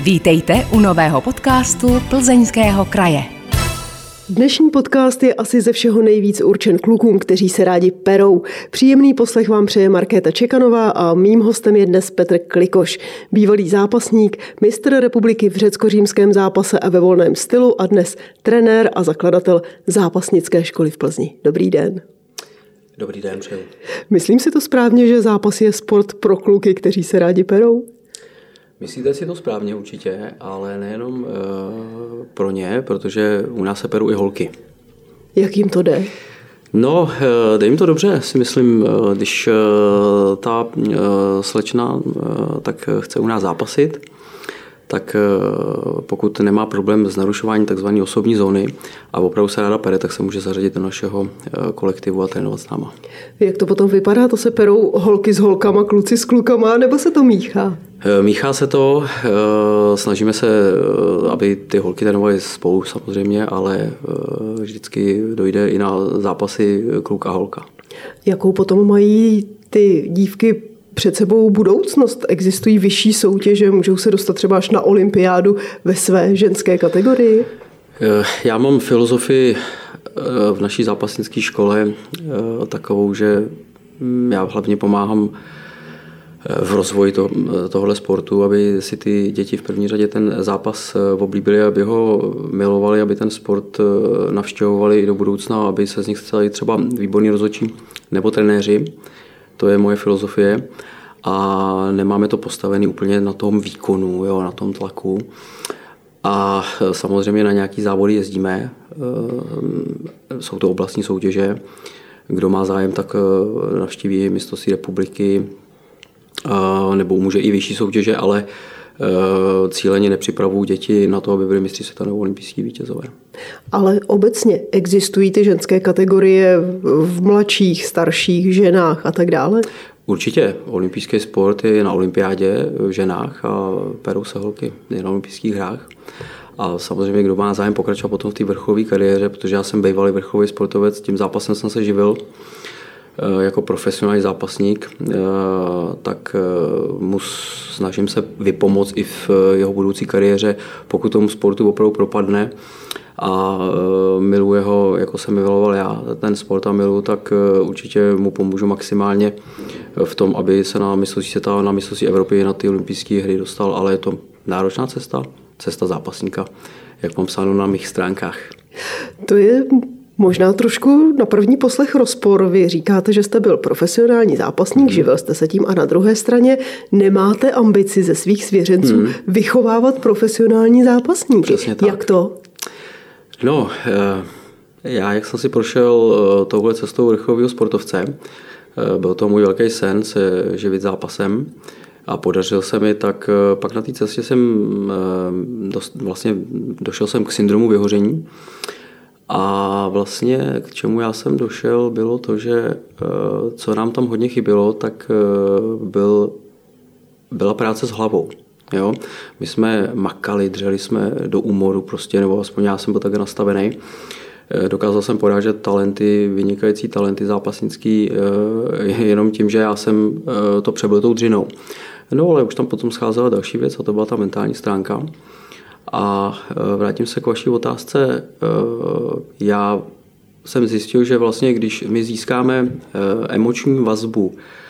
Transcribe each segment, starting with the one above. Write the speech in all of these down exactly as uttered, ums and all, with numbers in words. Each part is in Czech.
Vítejte u nového podcastu Plzeňského kraje. Dnešní podcast je asi ze všeho nejvíc určen klukům, kteří se rádi perou. Příjemný poslech vám přeje Markéta Čekanová a mým hostem je dnes Petr Klikoš, bývalý zápasník, mistr republiky v řecko-římském zápase a ve volném stylu a dnes trenér a zakladatel zápasnické školy v Plzni. Dobrý den. Dobrý den, přeju. Myslím si to správně, že zápas je sport pro kluky, kteří se rádi perou? Myslíte si to správně určitě, ale nejenom uh, pro ně, protože u nás se perou i holky. Jak jim to jde? No, jde jim to dobře, si myslím, když uh, ta uh, slečna uh, tak chce u nás zápasit, tak uh, pokud nemá problém s narušováním tzv. Osobní zóny a opravdu se ráda pere, tak se může zařadit do našeho uh, kolektivu a trénovat s náma. Jak to potom vypadá? To se perou holky s holkama, kluci s klukama, nebo se to míchá? Míchá se to, snažíme se, aby ty holky trénovaly spolu samozřejmě, ale vždycky dojde i na zápasy kluk a holka. Jakou potom mají ty dívky před sebou budoucnost? Existují vyšší soutěže, můžou se dostat třeba až na olympiádu ve své ženské kategorii? Já mám filozofii v naší zápasnické škole takovou, že já hlavně pomáhám v rozvoji to, tohle sportu, aby si ty děti v první řadě ten zápas oblíbili, aby ho milovali, aby ten sport navštěvovali i do budoucna, aby se z nich stali třeba výborní rozhodčí nebo trenéři. To je moje filozofie a nemáme to postavené úplně na tom výkonu, jo, na tom tlaku. A samozřejmě na nějaký závody jezdíme, jsou to oblastní soutěže, kdo má zájem, tak navštíví mistrovství republiky, nebo může i vyšší soutěže, ale cíleně nepřipravují děti na to, aby byly mistři světa nebo olympijský vítězové. Ale obecně existují ty ženské kategorie v mladších, starších ženách a tak dále? Určitě. Olympijský sport je na olympiádě v ženách a perou se holky je na olympijských hrách. A samozřejmě, kdo má zájem pokračovat potom v té vrcholové kariéře, protože já jsem bývalý vrcholový sportovec, tím zápasem jsem se živil jako profesionální zápasník, tak mu snažím se vypomoct i v jeho budoucí kariéře, pokud tomu sportu opravdu propadne a miluje ho, jako jsem miloval já ten sport a miluju, tak určitě mu pomůžu maximálně v tom, aby se na mistrovství světa, na mistrovství Evropy, na ty olympijské hry dostal, ale je to náročná cesta, cesta zápasníka, jak mám psáno na mých stránkách. To je možná trošku na první poslech rozpor. Vy říkáte, že jste byl profesionální zápasník, hmm. živil jste se tím a na druhé straně nemáte ambici ze svých svěřenců hmm. vychovávat profesionální zápasníky. Přesně tak. Jak to? No, já jak jsem si prošel touhle cestou vrcholového sportovce, byl to můj velký sen se živit zápasem a podařil se mi, tak pak na té cestě jsem dost, vlastně došel jsem k syndromu vyhoření. A vlastně k čemu já jsem došel, bylo to, že co nám tam hodně chybělo, tak byl, byla práce s hlavou. Jo? My jsme makali, dřeli jsme do úmoru prostě, nebo aspoň já jsem byl tak nastavený. Dokázal jsem porážet talenty, vynikající talenty zápasnický jenom tím, že já jsem to přebyl tou dřinou. No ale už tam potom scházela další věc a to byla ta mentální stránka. A vrátím se k vaší otázce. Já jsem zjistil, že vlastně, když my získáme emoční vazbu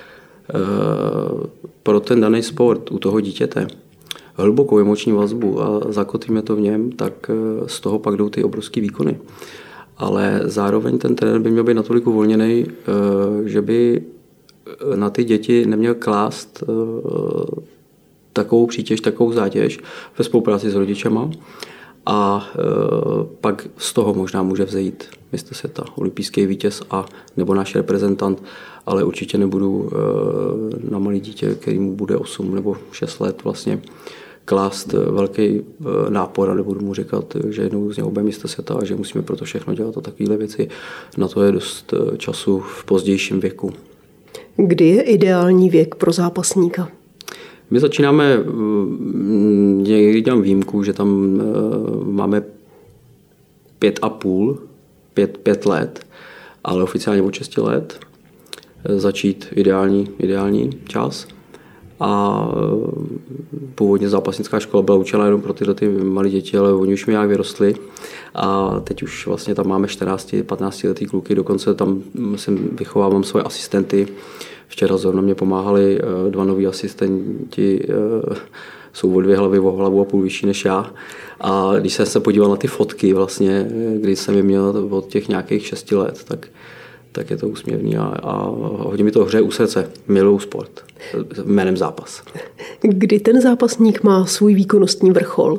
pro ten daný sport u toho dítěte, hlubokou emoční vazbu a zakotvíme to v něm, tak z toho pak jdou ty obrovský výkony. Ale zároveň ten trenér by měl být natolik uvolněný, že by na ty děti neměl klást takovou přítěž, takovou zátěž ve spolupráci s rodičema a e, pak z toho možná může vzejít mistr světa, olympijský vítěz a nebo náš reprezentant, ale určitě nebudu e, na malé dítě, kterému bude osm nebo šest let vlastně klást velký e, nápor a nebudu mu říkat, že jednou z něho bude mistr světa a že musíme proto všechno dělat a takovéhle věci. Na to je dost času v pozdějším věku. Kdy je ideální věk pro zápasníka? My začínáme, někdy dělám výjimku, že tam máme pět a půl, pět, pět let, ale oficiálně od šesti let začít ideální, ideální čas. A původně zápasnická škola byla učena jenom pro tyhle ty malé děti, ale oni už mi nějak vyrostli. A teď už vlastně tam máme čtrnáct patnáct letý kluky, dokonce tam jsem vychovávám svoje asistenty. Včera zrovna mě pomáhali dva noví asistenti, jsou o dvě hlavy, o hlavu a půl vyšší než já. A když jsem se podíval na ty fotky, vlastně, kdy jsem je měl od těch nějakých šesti let, tak, tak je to úsměvný a, a hodně mi to hřeje u srdce. Miluju sport, jménem zápas. Kdy ten zápasník má svůj výkonnostní vrchol?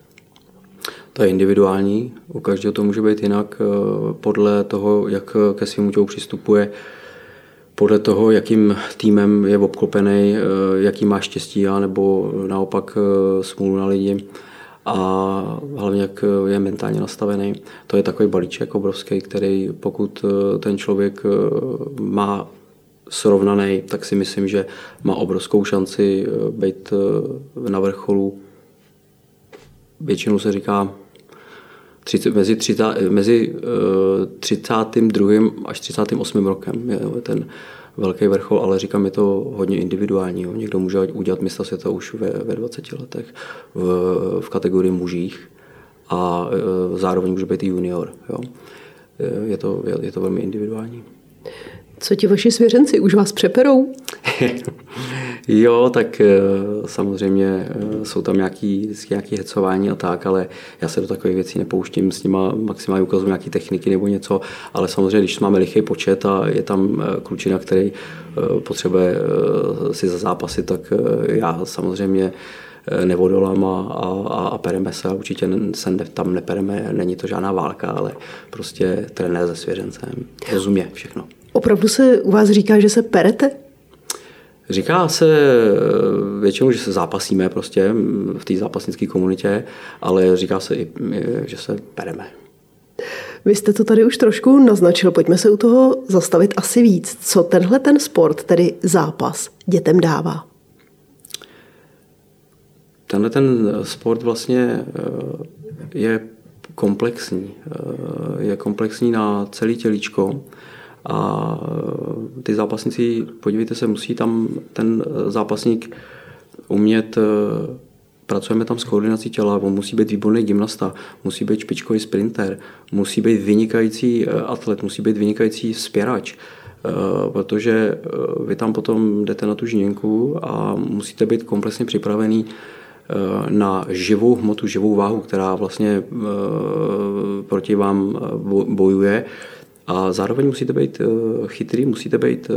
To je individuální, u každého to může být jinak podle toho, jak ke svému tělu přistupuje, podle toho, jakým týmem je obklopený, jaký má štěstí, nebo naopak smůlu na lidi a hlavně jak je mentálně nastavený. To je takový balíček obrovský, který pokud ten člověk má srovnaný, tak si myslím, že má obrovskou šanci být na vrcholu. Většinou se říká třicet, mezi, třicet, mezi třicátým druhým až třicátým osmým rokem je ten velký vrchol, ale říkám, je to hodně individuální. Jo. Někdo může udělat mistra světa už ve, ve dvaceti letech v, v kategorii mužích a zároveň může být i junior. Jo. Je, to, je, je to velmi individuální. Co ti vaši svěřenci, už vás přeperou? Jo, tak samozřejmě jsou tam nějaký, nějaký hecování a tak, ale já se do takových věcí nepouštím, s nima maximálně ukazuju nějaké techniky nebo něco, ale samozřejmě, když máme lichý počet a je tam klučina, který potřebuje si za zápasy, tak já samozřejmě nevodolám a, a, a pereme se a určitě se ne, tam nepereme, není to žádná válka, ale prostě trenér se svěřencem, rozumí všechno. Opravdu se u vás říká, že se perete? Říká se většinou, že se zápasíme prostě v té zápasnické komunitě, ale říká se i, že se pereme. Vy jste to tady už trošku naznačil, pojďme se u toho zastavit asi víc. Co tenhle ten sport, tedy zápas, dětem dává? Tenhle ten sport vlastně je komplexní. Je komplexní na celé tělíčko. A ty zápasníci, podívejte se, musí tam ten zápasník umět, pracujeme tam s koordinací těla, on musí být výborný gymnasta, musí být špičkový sprinter, musí být vynikající atlet, musí být vynikající vzpěrač, protože vy tam potom jdete na tu žněnku a musíte být komplexně připravený na živou hmotu, živou váhu, která vlastně proti vám bojuje. A zároveň musíte být chytrý, musíte být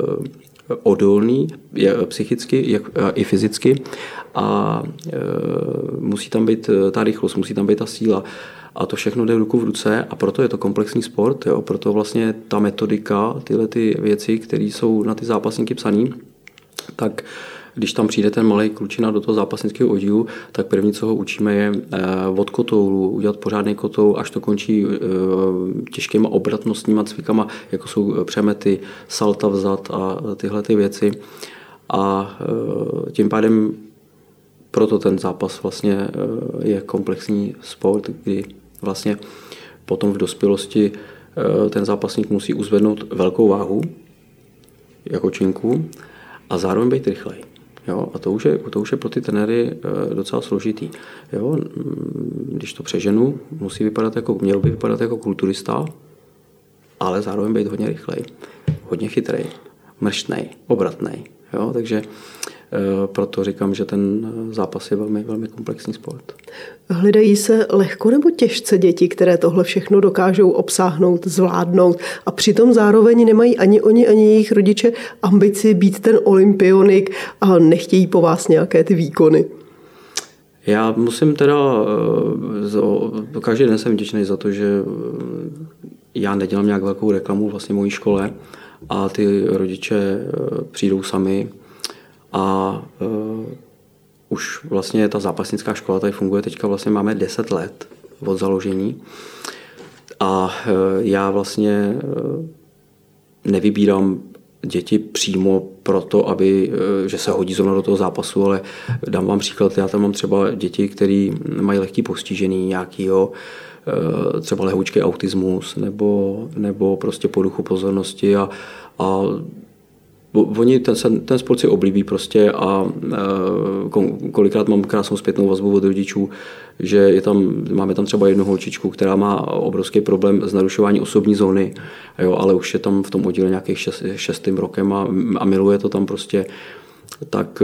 odolný psychicky i fyzicky a musí tam být ta rychlost, musí tam být ta síla. A to všechno jde ruku v ruce a proto je to komplexní sport, jo? Proto vlastně ta metodika, tyhle ty věci, které jsou na ty zápasníky psané, tak když tam přijde ten malý klučina do toho zápasnického oddílu, tak první, co ho učíme, je od kotoulu udělat pořádný kotoul, až to končí těžkýma obratnostníma cvikama, jako jsou přemety, salta vzad a tyhle ty věci. A tím pádem proto ten zápas vlastně je komplexní sport, kdy vlastně potom v dospělosti ten zápasník musí uzvednout velkou váhu, jako činku, a zároveň být rychlej. Jo, a to už, je, to už je pro ty trenéry docela složitý. Jo, když to přeženu, musí vypadat jako, měl by vypadat jako kulturista, ale zároveň být hodně rychlej, hodně chytrej, mrštnej, obratnej. Jo, takže proto říkám, že ten zápas je velmi, velmi komplexní sport. Hledají se lehko nebo těžce děti, které tohle všechno dokážou obsáhnout, zvládnout a přitom zároveň nemají ani oni, ani jejich rodiče ambici být ten olympionik a nechtějí po vás nějaké ty výkony? Já musím teda, každý den jsem vděčný za to, že já nedělám nějak velkou reklamu vlastně mojí škole a ty rodiče přijdou sami. A uh, už vlastně ta zápasnická škola tady funguje, teďka vlastně máme deset let od založení a uh, já vlastně uh, nevybírám děti přímo proto, aby, uh, že se hodí zrovna do toho zápasu, ale dám vám příklad, já tam mám třeba děti, které mají lehký postižený nějakýho, uh, třeba lehoučký autismus nebo, nebo prostě poruchu pozornosti a, a oni ten, ten sport si oblíbí prostě a kolikrát mám krásnou zpětnou vazbu od rodičů, že je tam, máme tam třeba jednu holčičku, která má obrovský problém s narušováním osobní zóny, jo, ale už je tam v tom oddíle nějakých šest, šestým rokem a, a miluje to tam prostě, tak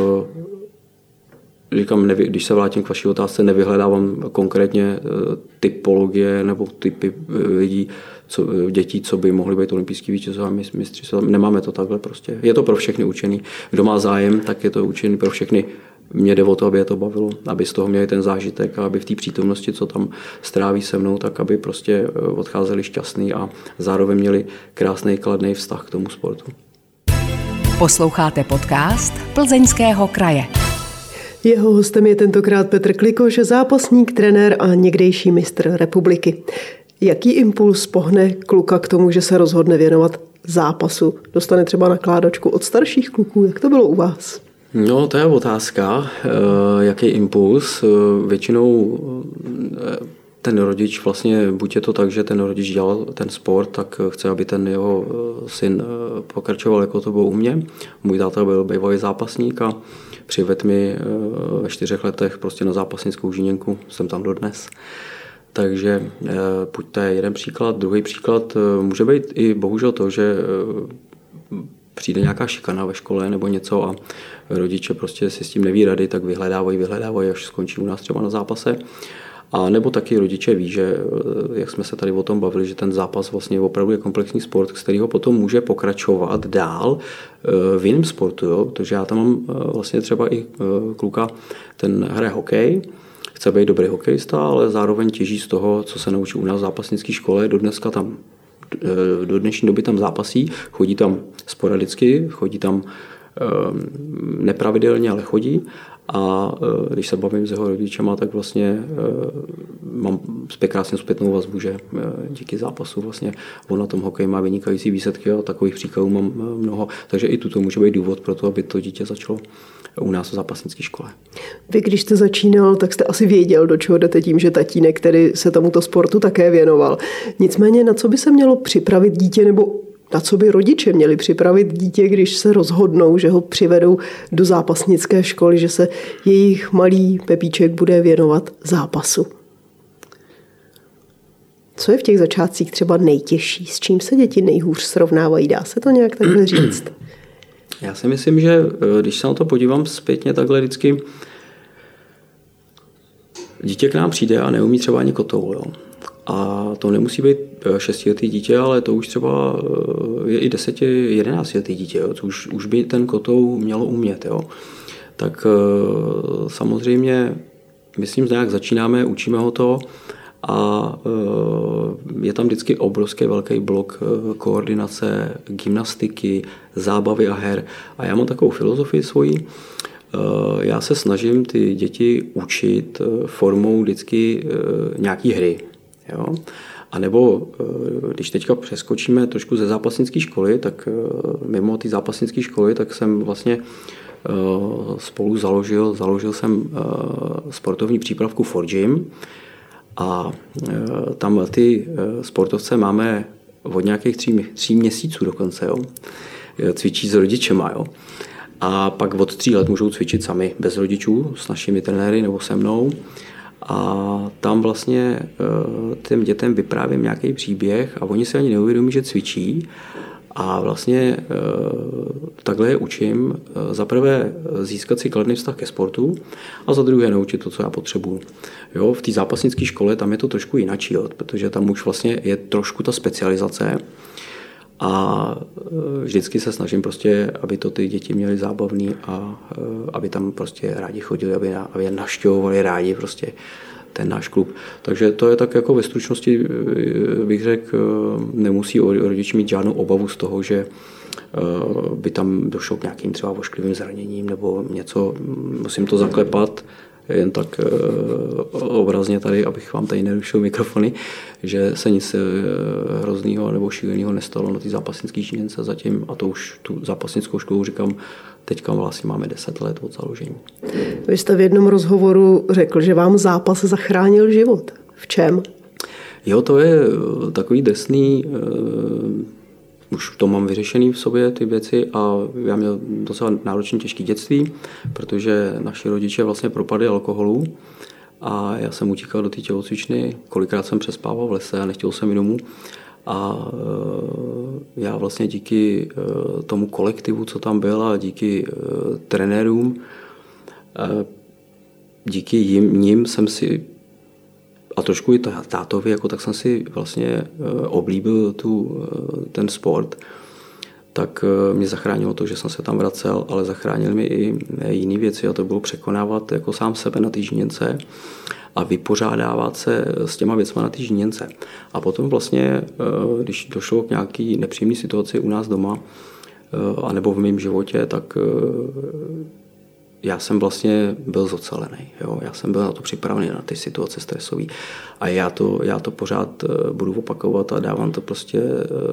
říkám, nevy, když se vrátím k vaší otázce, nevyhledávám konkrétně typologie nebo typy lidí, co, dětí, co by mohly být olympijský vítězové mistři. Nemáme to takhle prostě. Je to pro všechny učený. Kdo má zájem, tak je to učený pro všechny. Mně jde o to, aby je to bavilo, aby z toho měli ten zážitek a aby v té přítomnosti, co tam stráví se mnou, tak aby prostě odcházeli šťastný a zároveň měli krásný, kladný vztah k tomu sportu. Posloucháte podcast Plzeňského kraje. Jeho hostem je tentokrát Petr Klikoš, zápasník, trenér a někdejší mistr republiky. Jaký impuls pohne kluka k tomu, že se rozhodne věnovat zápasu? Dostane třeba nakládačku od starších kluků? Jak to bylo u vás? No, to je otázka. Jaký impuls? Většinou ten rodič vlastně, buď je to tak, že ten rodič dělal ten sport, tak chce, aby ten jeho syn pokračoval, jako to bylo u mě. Můj táta byl bývalý zápasník a přivedl mi ve čtyřech letech prostě na zápasnickou žíněnku. Jsem tam dodnes. Takže buď to je jeden příklad. Druhý příklad může být i bohužel to, že přijde nějaká šikana ve škole nebo něco a rodiče prostě si s tím neví rady, tak vyhledávají, vyhledávají, až skončí u nás třeba na zápase. A nebo taky rodiče ví, že, jak jsme se tady o tom bavili, že ten zápas vlastně opravdu je komplexní sport, z kterého potom může pokračovat dál v jiném sportu. Jo? Takže já tam mám vlastně třeba i kluka, ten hraje hokej, chce být dobrý hokejista, ale zároveň těží z toho, co se naučí u nás v zápasnické škole. Do dneska tam, do dnešní doby tam zápasí, chodí tam sporadicky, chodí tam nepravidelně, ale chodí. A když se bavím s jeho rodičema, tak vlastně mám krásně zpětnou vazbu, že díky zápasu vlastně on na tom hokeji má vynikající výsledky a takových příkladů mám mnoho. Takže i tuto může být důvod pro to, aby to dítě začalo u nás v zápasnické škole. Vy, když jste začínal, tak jste asi věděl, do čeho jdete tím, že tatínek, který se tomuto sportu také věnoval. Nicméně, na co by se mělo připravit dítě, nebo na co by rodiče měli připravit dítě, když se rozhodnou, že ho přivedou do zápasnické školy, že se jejich malý Pepíček bude věnovat zápasu? Co je v těch začátcích třeba nejtěžší? S čím se děti nejhůř srovnávají? Dá se to nějak takhle říct? Já si myslím, že když se na to podívám zpětně takhle vždycky, dítě k nám přijde a neumí třeba ani kotoul. Jo. A to nemusí být šestiletý dítě, ale to už třeba je i deseti, jedenáctiletý dítě, jo, co už, už by ten kotou mělo umět. Jo. Tak samozřejmě, myslím, že nějak začínáme, učíme ho to a je tam vždycky obrovský velký blok koordinace, gymnastiky, zábavy a her. A já mám takovou filozofii svoji. Já se snažím ty děti učit formou vždycky nějaký hry. Jo? A nebo když teďka přeskočíme trošku ze zápasnické školy, tak mimo ty zápasnické školy, tak jsem vlastně spolu založil, založil jsem sportovní přípravku For Gym a tam ty sportovce máme od nějakých tří, tří měsíců dokonce, jo? Cvičí s rodičema. Jo? A pak od tří let můžou cvičit sami, bez rodičů, s našimi trenéry nebo se mnou. A tam vlastně těm dětem vyprávím nějaký příběh a oni si ani neuvědomí, že cvičí. A vlastně takhle je učím za prvé získat si kladný vztah ke sportu a za druhé naučit to, co já potřebuju. Jo, v té zápasnické škole tam je to trošku jinačí, jo, protože tam už vlastně je trošku ta specializace a vždycky se snažím prostě, aby to ty děti měly zábavný a aby tam prostě rádi chodili, aby, aby je navštěvovali rádi prostě ten náš klub. Takže to je tak jako ve stručnosti, bych řekl, nemusí rodič mít žádnou obavu z toho, že by tam došlo k nějakým třeba vošklivým zraněním nebo něco, musím to zaklepat, jen tak obrazně tady, abych vám tady nerušil mikrofony, že se nic hroznýho nebo šíleného nestalo na té zápasnické žíněnce zatím a to už tu zápasnickou školu říkám, teďka vlastně máme deset let od založení. Vy jste v jednom rozhovoru řekl, že vám zápas zachránil život. V čem? Jo, to je takový drsný, už to mám vyřešený v sobě ty věci a já měl docela náročně těžké dětství, protože naši rodiče vlastně propadli alkoholu a já jsem utíkal do té tělocvičny, kolikrát jsem přespával v lese a nechtěl jsem jít domů. A já vlastně díky tomu kolektivu, co tam byl, a díky trenérům, díky jim, ním jsem si, a trošku i tátovi, jako tak jsem si vlastně oblíbil tu, ten sport, tak mě zachránilo to, že jsem se tam vracel, ale zachránil mi i jiné věci a to bylo překonávat jako sám sebe na té žíněnce a vypořádávat se s těma věcma na té žíněnce. A potom vlastně, když došlo k nějaký nepříjemné situaci u nás doma, anebo v mém životě, tak já jsem vlastně byl zocelený. Jo? Já jsem byl na to připravený, na ty situace stresové. A já to, já to pořád budu opakovat a dávám to prostě,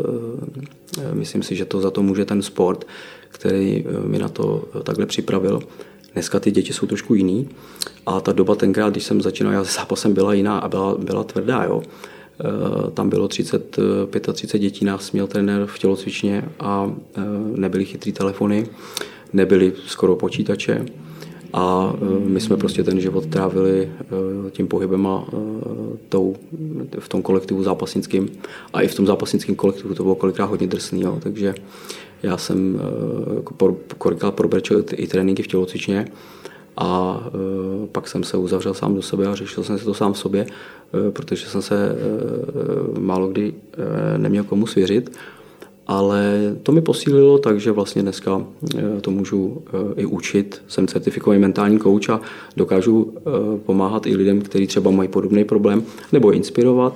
myslím si, že to za to může ten sport, který mi na to takhle připravil. Dneska ty děti jsou trošku jiný a ta doba tenkrát, když jsem začínal, já s zápasem byla jiná a byla, byla tvrdá. Jo? Tam bylo třicet, třicet pět dětí, nás měl trenér v tělocvičně a nebyly chytrý telefony, nebyly skoro počítače a my jsme prostě ten život trávili tím pohybem a tou, v tom kolektivu zápasnickým a i v tom zápasnickém kolektivu to bylo kolikrát hodně drsný, jo? Takže já jsem kolikrát probrečel i tréninky v tělocvičně a pak jsem se uzavřel sám do sebe a řešil jsem si to sám v sobě, protože jsem se málo kdy neměl komu svěřit. Ale to mi posílilo, takže vlastně dneska to můžu i učit. Jsem certifikovaný mentální kouč a dokážu pomáhat i lidem, kteří třeba mají podobný problém, nebo inspirovat,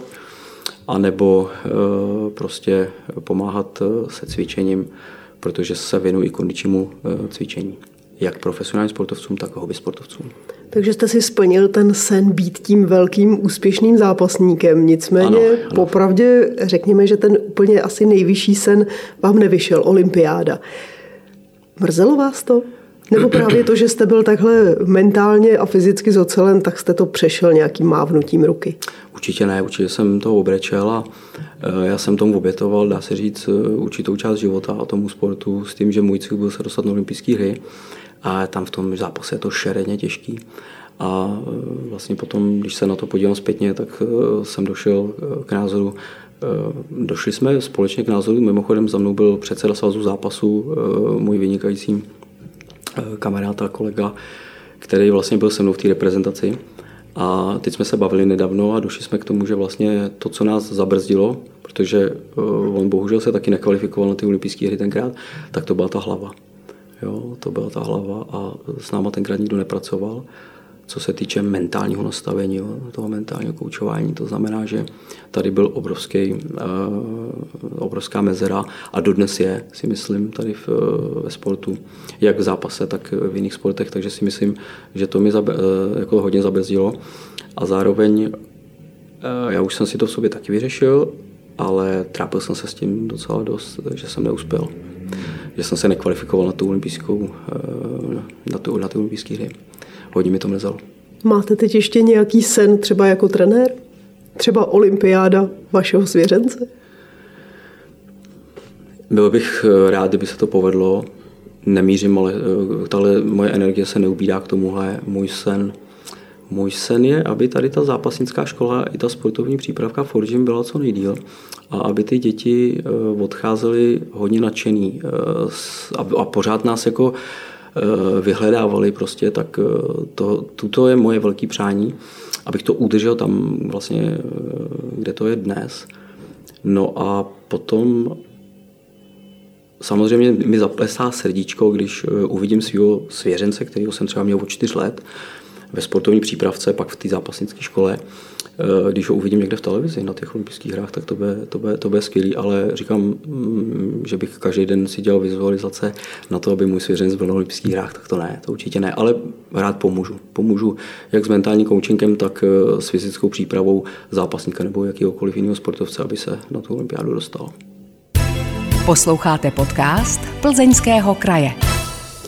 anebo prostě pomáhat se cvičením, protože se věnuji i kondičnímu cvičení. Jak profesionálním sportovcům, tak hobby sportovcům. Takže jste si splnil ten sen být tím velkým úspěšným zápasníkem. Nicméně ano, ano. Popravdě řekněme, že ten úplně asi nejvyšší sen vám nevyšel, olympiáda. Mrzelo vás to? Nebo právě to, že jste byl takhle mentálně a fyzicky zocelen, tak jste to přešel nějakým mávnutím ruky? Určitě ne, určitě jsem to obrečel a já jsem tomu obětoval, dá se říct, určitou část života a tomu sportu s tím, že můj cíl byl se dostat na olympijské hry. A tam v tom zápase je to šeredně těžký. A vlastně potom, když se na to podívám zpětně, tak jsem došel k názoru, došli jsme společně k názoru, mimochodem za mnou byl předseda svazu zápasu, můj vynikající kamarád a kolega, který vlastně byl se mnou v té reprezentaci. A teď jsme se bavili nedávno a došli jsme k tomu, že vlastně to, co nás zabrzdilo, protože on bohužel se taky nekvalifikoval na ty olympijské hry tenkrát, tak to byla ta hlava. Jo, to byla ta hlava a s náma tenkrát nikdo nepracoval. Co se týče mentálního nastavení, jo, toho mentálního koučování, to znamená, že tady byl obrovský, uh, obrovská mezera a dodnes je, si myslím, tady v, ve sportu, jak v zápase, tak v jiných sportech, takže si myslím, že to mi zabe, uh, jako hodně zabrzdilo a zároveň uh, já už jsem si to v sobě taky vyřešil, ale trápil jsem se s tím docela dost, že jsem neuspěl. Že jsem se nekvalifikoval na tu olympijskou, na tu, na ty olympijské hry. Hodně mi to mrzelo. Máte teď ještě nějaký sen třeba jako trenér? Třeba olympiáda vašeho svěřence? Byl bych rád, kdyby se to povedlo. Nemířím, ale tahle moje energie se neubírá k tomuhle. Můj sen, můj sen je, aby tady ta zápasnická škola i ta sportovní přípravka Ford Gym byla co nejdýl a aby ty děti odcházely hodně nadšený a pořád nás jako vyhledávali prostě, tak to, tuto je moje velké přání, abych to udržel tam vlastně, kde to je dnes. No a potom samozřejmě mi zaplesá srdíčko, když uvidím svého svěřence, kterého jsem třeba měl od čtyř let, ve sportovní přípravce, pak v té zápasnické škole. Když ho uvidím někde v televizi na těch olympijských hrách, tak to bude, to bude, to bude skvělý, ale říkám, že bych každý den si dělal vizualizace na to, aby můj svěřenec byl na olympijských hrách, tak to ne, to určitě ne, ale rád pomůžu. Pomůžu jak s mentálním coachingem, tak s fyzickou přípravou zápasníka nebo jakýhokoliv jiného sportovce, aby se na tu olympiádu dostal. Posloucháte podcast Plzeňského kraje.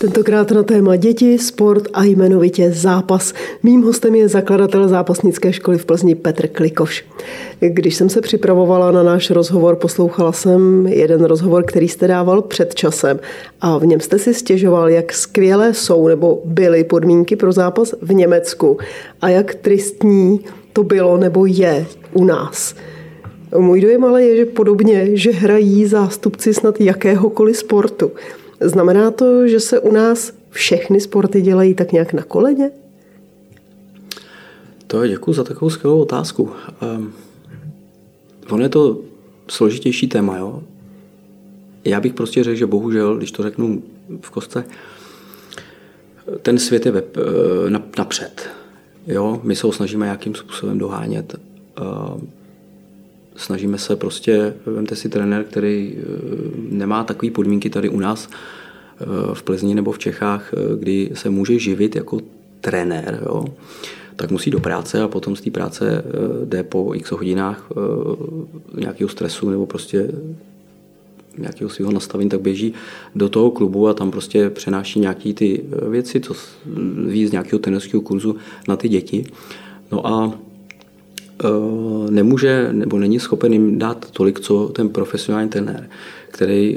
Tentokrát na téma děti, sport a jmenovitě zápas. Mým hostem je zakladatel zápasnické školy v Plzni Petr Klikoš. Když jsem se připravovala na náš rozhovor, poslouchala jsem jeden rozhovor, který jste dával před časem a v něm jste si stěžoval, jak skvělé jsou nebo byly podmínky pro zápas v Německu a jak tristní to bylo nebo je u nás. Můj dojem ale je, že podobně, že hrají zástupci snad jakéhokoliv sportu. Znamená to, že se u nás všechny sporty dělají tak nějak na koleně? To je, děkuji za takovou skvělou otázku. Um, ono je to složitější téma, jo? Já bych prostě řekl, že bohužel, když to řeknu v kostce, ten svět je web, napřed. Jo? My se ho snažíme nějakým způsobem dohánět. Um, Snažíme se prostě, vemte si trenér, který nemá takové podmínky tady u nás v Plzni nebo v Čechách, kdy se může živit jako trenér, jo, tak musí do práce a potom z té práce jde po x hodinách nějakého stresu nebo prostě nějakého svého nastavení, tak běží do toho klubu a tam prostě přenáší nějaké ty věci, co ví z nějakého trenerského kurzu na ty děti. No a nemůže nebo není schopen jim dát tolik, co ten profesionální trenér, který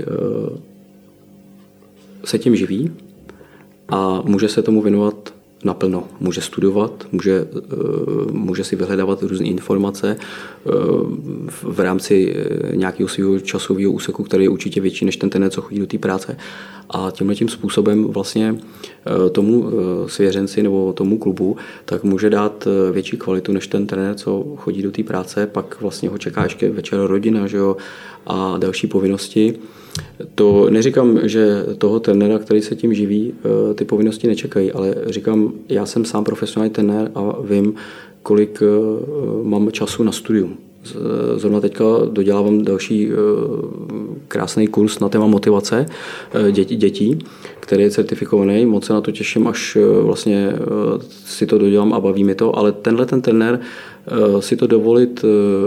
se tím živí a může se tomu věnovat naplno. Může studovat, může, může si vyhledávat různé informace v rámci nějakého svého časového úseku, který je určitě větší než ten trenér, co chodí do té práce. A tímhletím způsobem vlastně tomu svěřenci nebo tomu klubu tak může dát větší kvalitu než ten trenér, co chodí do té práce, pak vlastně ho čeká ještě večer rodina, že jo, a další povinnosti. To neříkám, že toho trenéra, který se tím živí, ty povinnosti nečekají, ale říkám, já jsem sám profesionální trenér a vím, kolik mám času na studium. Zrovna teďka dodělávám další krásný kurz na téma motivace dětí, dětí, který je certifikovaný. Moc se na to těším, až vlastně si to dodělám a baví mi to, ale tenhle ten trenér si to dovolit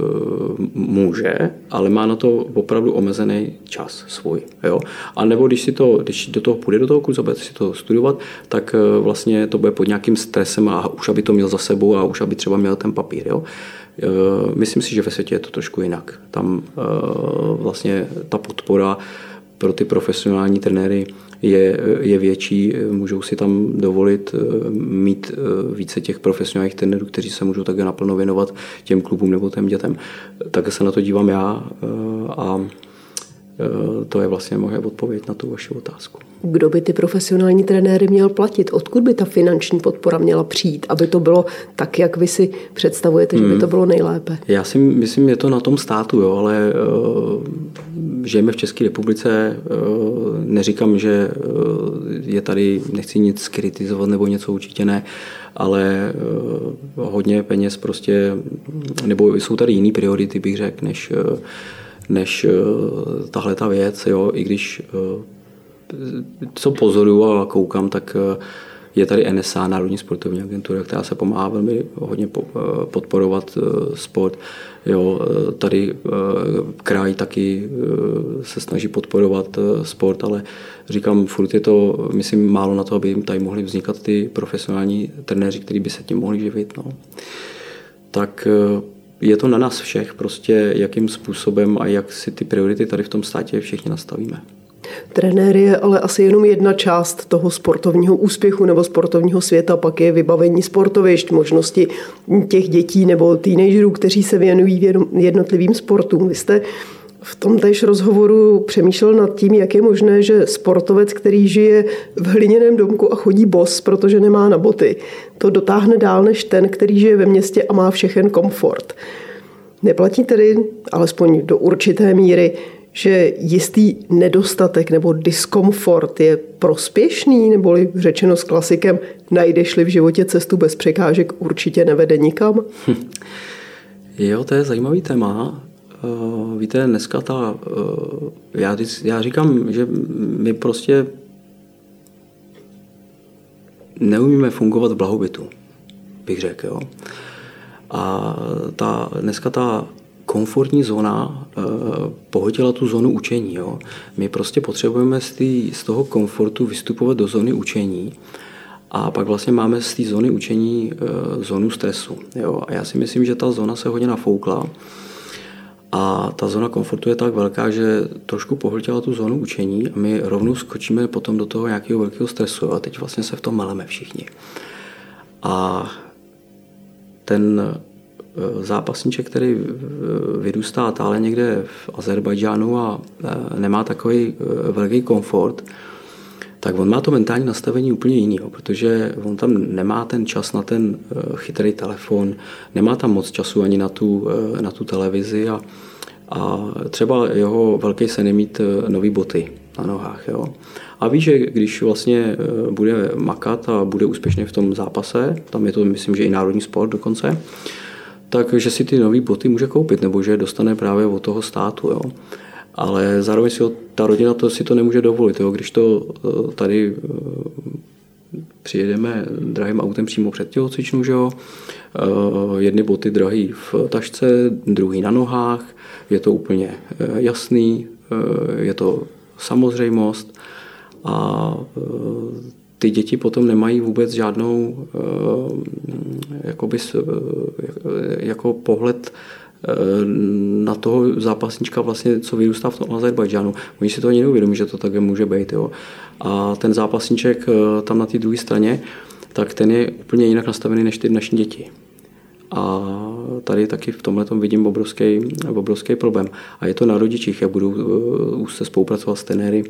může, ale má na to opravdu omezený čas svůj. Jo? A nebo když si to, když do toho půjde do toho kurzu, bude si to studovat, tak vlastně to bude pod nějakým stresem a už aby to měl za sebou a už aby třeba měl ten papír. Jo? Myslím si, že ve světě je to trošku jinak. Tam vlastně ta podpora pro ty profesionální trenéry je, je větší, můžou si tam dovolit mít více těch profesionálních trenérů, kteří se můžou také naplno věnovat těm klubům nebo těm dětem. Tak se na to dívám já a to je vlastně moje odpověď na tu vaši otázku. Kdo by ty profesionální trenéry měl platit? Odkud by ta finanční podpora měla přijít, aby to bylo tak, jak vy si představujete, že by to bylo nejlépe? Já si myslím, je to na tom státu, jo, ale uh, žijeme v České republice, uh, neříkám, že uh, je tady, nechci nic kritizovat nebo něco, určitě ne, ale uh, hodně peněz prostě, nebo jsou tady jiný priority, bych řekl, než, uh, než uh, tahle ta věc, jo, i když uh, co pozoruju a koukám, tak je tady N S A, Národní sportovní agentura, která se pomáhá velmi hodně podporovat sport. Jo, tady kraj taky se snaží podporovat sport, ale říkám, furt je to, myslím, málo na to, aby jim tady mohli vznikat ty profesionální trenéři, kteří by se tím mohli živit. No. Tak je to na nás všech, prostě jakým způsobem a jak si ty priority tady v tom státě všichni nastavíme. Trenér je ale asi jenom jedna část toho sportovního úspěchu nebo sportovního světa, pak je vybavení sportovišť, možnosti těch dětí nebo teenagerů, kteří se věnují jednotlivým sportům. Vy jste v tom též rozhovoru přemýšlel nad tím, jak je možné, že sportovec, který žije v hliněném domku a chodí bos, protože nemá na boty, to dotáhne dál než ten, který žije ve městě a má všechen komfort. Neplatí tedy, alespoň do určité míry, že jistý nedostatek nebo diskomfort je prospěšný, neboli řečeno s klasikem, najdeš-li v životě cestu bez překážek, určitě nevede nikam? Jo, to je zajímavý téma. Víte, dneska ta, já, já říkám, že my prostě neumíme fungovat v blahobytu, bych řekl. Jo. A ta, dneska ta komfortní zóna pohodila tu zónu učení. Jo. My prostě potřebujeme z, tý, z toho komfortu vystupovat do zóny učení a pak vlastně máme z té zóny učení zónu stresu. Jo. A já si myslím, že ta zóna se hodně nafoukla a ta zóna komfortu je tak velká, že trošku pohltila tu zónu učení a my rovnou skočíme potom do toho nějakého velkého stresu. Jo. A teď vlastně se v tom meleme všichni. A ten zápasníček, který vyrůstá tále někde v Azerbajdžánu a nemá takový velký komfort, tak on má to mentální nastavení úplně jiný, protože on tam nemá ten čas na ten chytrý telefon, nemá tam moc času ani na tu, na tu televizi a, a třeba jeho velký sen je mít nový boty na nohách. Jo. A ví, že když vlastně bude makat a bude úspěšný v tom zápase, tam je to, myslím, že i národní sport dokonce, takže si ty nový boty může koupit, nebo že je dostane právě od toho státu. Jo. Ale zároveň si ta rodina to, si to nemůže dovolit. Jo. Když to tady přijedeme drahým autem přímo před tělocvičnu, že jo, jedny boty drahý v tašce, druhý na nohách, je to úplně jasný, je to samozřejmost a ty děti potom nemají vůbec žádnou jakoby, jako pohled na toho zápasníčka, vlastně, co vyrůstá v tom Azerbajdžánu. Oni si to ani neuvědomí, že to také může být. Jo. A ten zápasníček tam na té druhé straně, tak ten je úplně jinak nastavený než ty naše děti. A tady taky v tomhle vidím obrovský, obrovský problém. A je to na rodičích, jak budou už se spolupracovat s trenéry,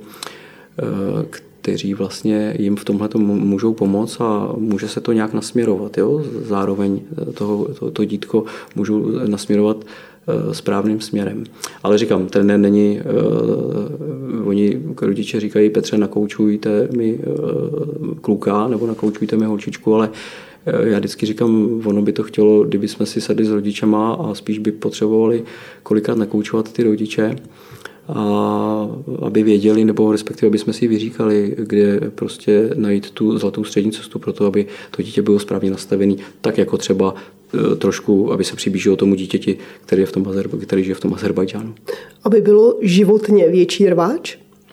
kteří vlastně jim v tomhle můžou pomoct a může se to nějak nasměrovat. Jo? Zároveň toho, to, to dítko můžou nasměrovat správným směrem. Ale říkám, trenér není, uh, oni rodiče říkají, Petře, nakoučujte mi uh, kluka nebo nakoučujte mi holčičku, ale uh, já vždycky říkám, ono by to chtělo, kdyby jsme si sedli s rodičema a spíš by potřebovali kolikrát nakoučovat ty rodiče, a aby věděli, nebo respektive aby jsme si vyříkali, kde prostě najít tu zlatou střední cestu pro to, aby to dítě bylo správně nastavený, tak jako třeba trošku, aby se přiblížilo tomu dítěti, který, je v tom Azerba, který žije v tom Azerbajdžánu. Aby bylo životně větší rváč?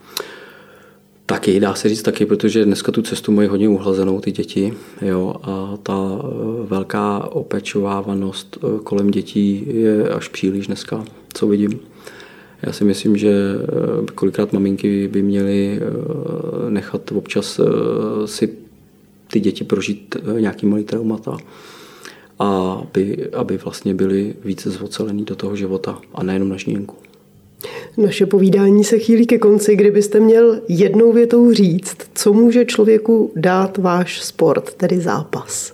Taky, dá se říct taky, protože dneska tu cestu mají hodně uhlazenou ty děti. Jo, a ta velká opečovávanost kolem dětí je až příliš dneska, co vidím. Já si myslím, že kolikrát maminky by měly nechat občas si ty děti prožít nějaký malý traumata a aby, aby vlastně byly více zvocelený do toho života a nejenom na žněnku. Naše povídání se chýlí ke konci. Kdybyste měl jednou větou říct, co může člověku dát váš sport, tedy zápas?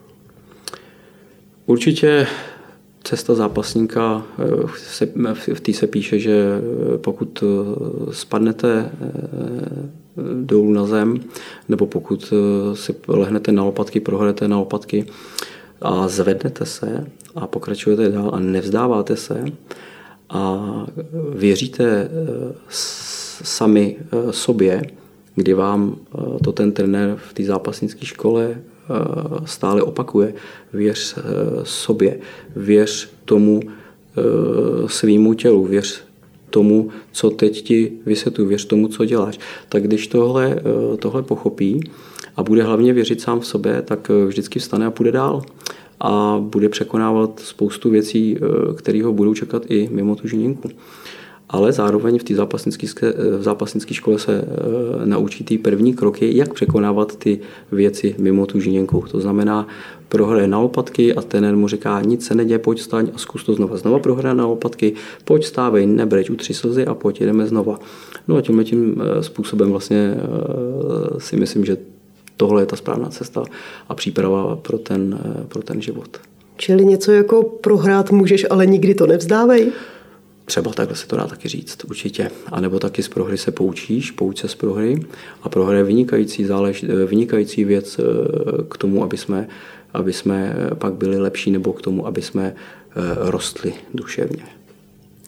Určitě cesta zápasníka, v té se píše, že pokud spadnete dolů na zem, nebo pokud si lehnete na lopatky, prohrajete na lopatky a zvednete se a pokračujete dál a nevzdáváte se a věříte sami sobě, kdy vám to ten trenér v té zápasnické škole stále opakuje. Věř sobě, věř tomu svýmu tělu, věř tomu, co teď ti vysvětluji, věř tomu, co děláš. Tak když tohle, tohle pochopí a bude hlavně věřit sám v sobě, tak vždycky vstane a půjde dál. A bude překonávat spoustu věcí, které ho budou čekat i mimo tu žněnku. Ale zároveň v té zápasnické škole se naučí ty první kroky, jak překonávat ty věci mimo tu žněnku. To znamená, prohraje na lopatky a trenér mu říká, nic se neděje, pojď staň a zkus to znova. Znova prohraje na lopatky, pojď stávej, nebreč, utři slzy a pojď, jdeme znova. No a tímhle tím způsobem vlastně si myslím, že tohle je ta správná cesta a příprava pro ten, pro ten život. Čili něco jako prohrát můžeš, ale nikdy to nevzdávej? Třeba takhle se to dá taky říct, určitě. A nebo taky z prohry se poučíš, pouč se z prohry a prohra je vynikající, zálež, vynikající věc k tomu, aby jsme, aby jsme pak byli lepší, nebo k tomu, aby jsme rostli duševně.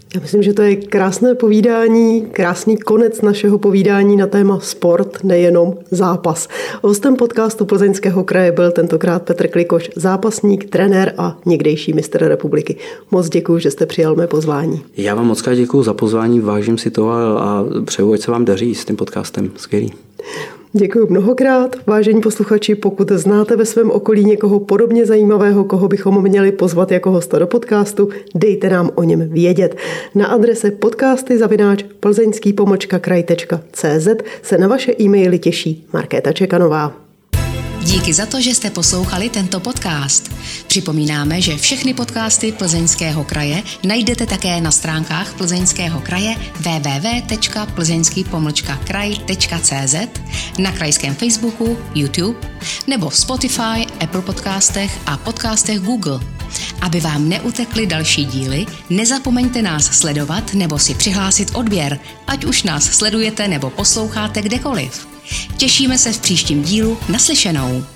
Já myslím, že to je krásné povídání, krásný konec našeho povídání na téma sport, nejenom zápas. Hostem podcastu Plzeňského kraje byl tentokrát Petr Klikoš, zápasník, trenér a někdejší mistr republiky. Moc děkuji, že jste přijal mé pozvání. Já vám moc děkuji za pozvání, vážím si to a přeju, ať se vám daří s tím podcastem. Skvělý. Děkuji mnohokrát. Vážení posluchači, pokud znáte ve svém okolí někoho podobně zajímavého, koho bychom měli pozvat jako hosta do podcastu, dejte nám o něm vědět. Na adrese podcasty zavináč plzeňský pomlčka kraj tečka cé zet se na vaše e-maily těší Markéta Čekanová. Díky za to, že jste poslouchali tento podcast. Připomínáme, že všechny podcasty Plzeňského kraje najdete také na stránkách Plzeňského kraje w w w tečka plzeňský pomlčka kraj tečka cé zet, na krajském Facebooku, YouTube nebo v Spotify, Apple podcastech a podcastech Google. Aby vám neutekly další díly, nezapomeňte nás sledovat nebo si přihlásit odběr, ať už nás sledujete nebo posloucháte kdekoliv. Těšíme se v příštím dílu. Naslyšenou.